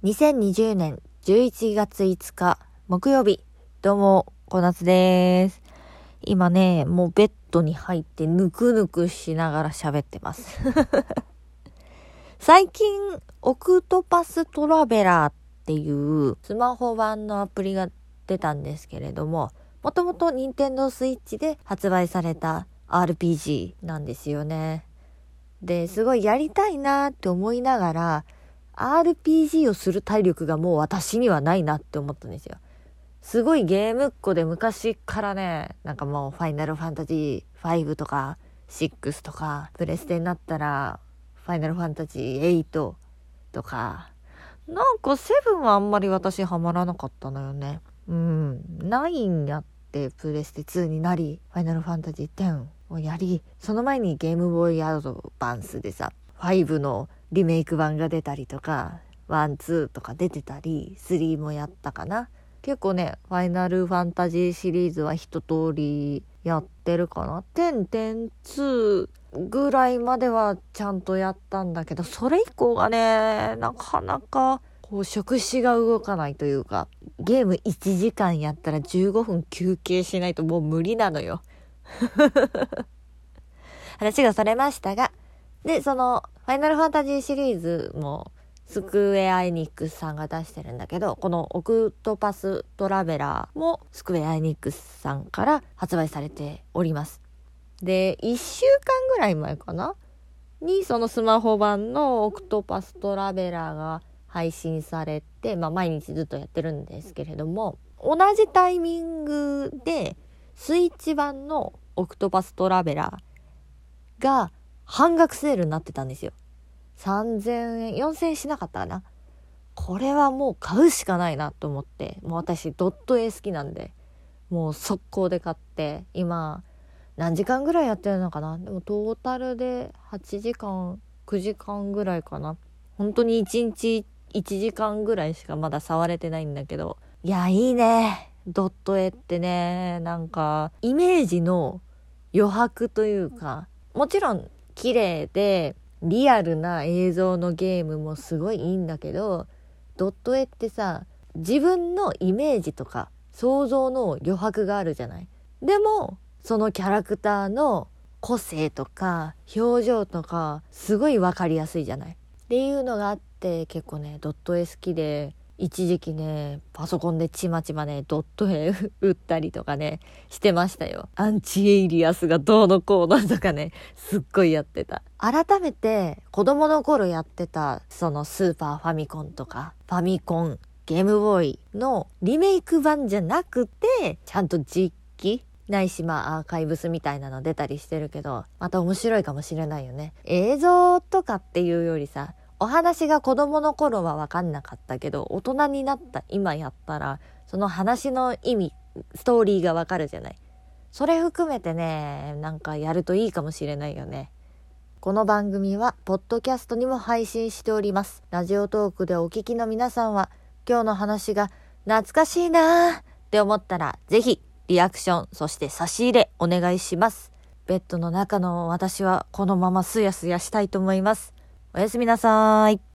2020年11月5日木曜日、どうもこなつです。今ね、もうベッドに入ってぬくぬくしながら喋ってます最近オクトパストラベラーっていうスマホ版のアプリが出たんですけれども、もともと任天堂スイッチで発売された RPG なんですよね。で、すごいやりたいなって思いながらRPG をする体力がもう私にはないなって思ったんですよ。すごいゲームっ子で昔からね、なんかもうファイナルファンタジー5とか6とか、プレステになったらファイナルファンタジー8とか、なんか7はあんまり私ハマらなかったのよね。9やってプレステ2になり、ファイナルファンタジー10をやり、その前にゲームボーイアドバンスでさ、5のリメイク版が出たりとか、1、2とか出てたり、3もやったかな。結構ね、ファイナルファンタジーシリーズは一通りやってるかな。10、2ぐらいまではちゃんとやったんだけど、それ以降がね、なかなかこう触手が動かないというか、ゲーム1時間やったら15分休憩しないともう無理なのよ話がそれましたが、で、そのファイナルファンタジーシリーズもスクエアエニックスさんが出してるんだけど、このオクトパストラベラーもスクエアエニックスさんから発売されております。で、1週間ぐらい前かなにそのスマホ版のオクトパストラベラーが配信されて、毎日ずっとやってるんですけれども、同じタイミングでスイッチ版のオクトパストラベラーが半額セールになってたんですよ。3000円、4000円しなかったかな。これはもう買うしかないなと思って、もう私ドット絵好きなんで、もう速攻で買って、今何時間ぐらいやってるのかな。でもトータルで8時間、9時間ぐらいかな。本当に1日1時間ぐらいしかまだ触れてないんだけど、いや、いいね。ドット絵ってね、なんかイメージの余白というか、もちろん綺麗でリアルな映像のゲームもすごいいいんだけど、ドット絵ってさ、自分のイメージとか想像の余白があるじゃない。でもそのキャラクターの個性とか表情とかすごい分かりやすいじゃないっていうのがあって、結構ねドット絵好きで、一時期ねパソコンでちまちまねドット絵打ったりとかねしてましたよ。アンチエイリアスがどうのこうのとかね、すっごいやってた。改めて子供の頃やってたそのスーパーファミコンとかファミコン、ゲームボーイのリメイク版じゃなくて、ちゃんと実機ないしアーカイブスみたいなの出たりしてるけど、また面白いかもしれないよね。映像とかっていうよりさ、お話が子供の頃は分かんなかったけど、大人になった今やったらその話の意味、ストーリーが分かるじゃない。それ含めてね、なんかやるといいかもしれないよね。この番組はポッドキャストにも配信しております。ラジオトークでお聞きの皆さんは、今日の話が懐かしいなーって思ったら、ぜひリアクション、そして差し入れお願いします。ベッドの中の私はこのまますやすやしたいと思います。おやすみなさーい。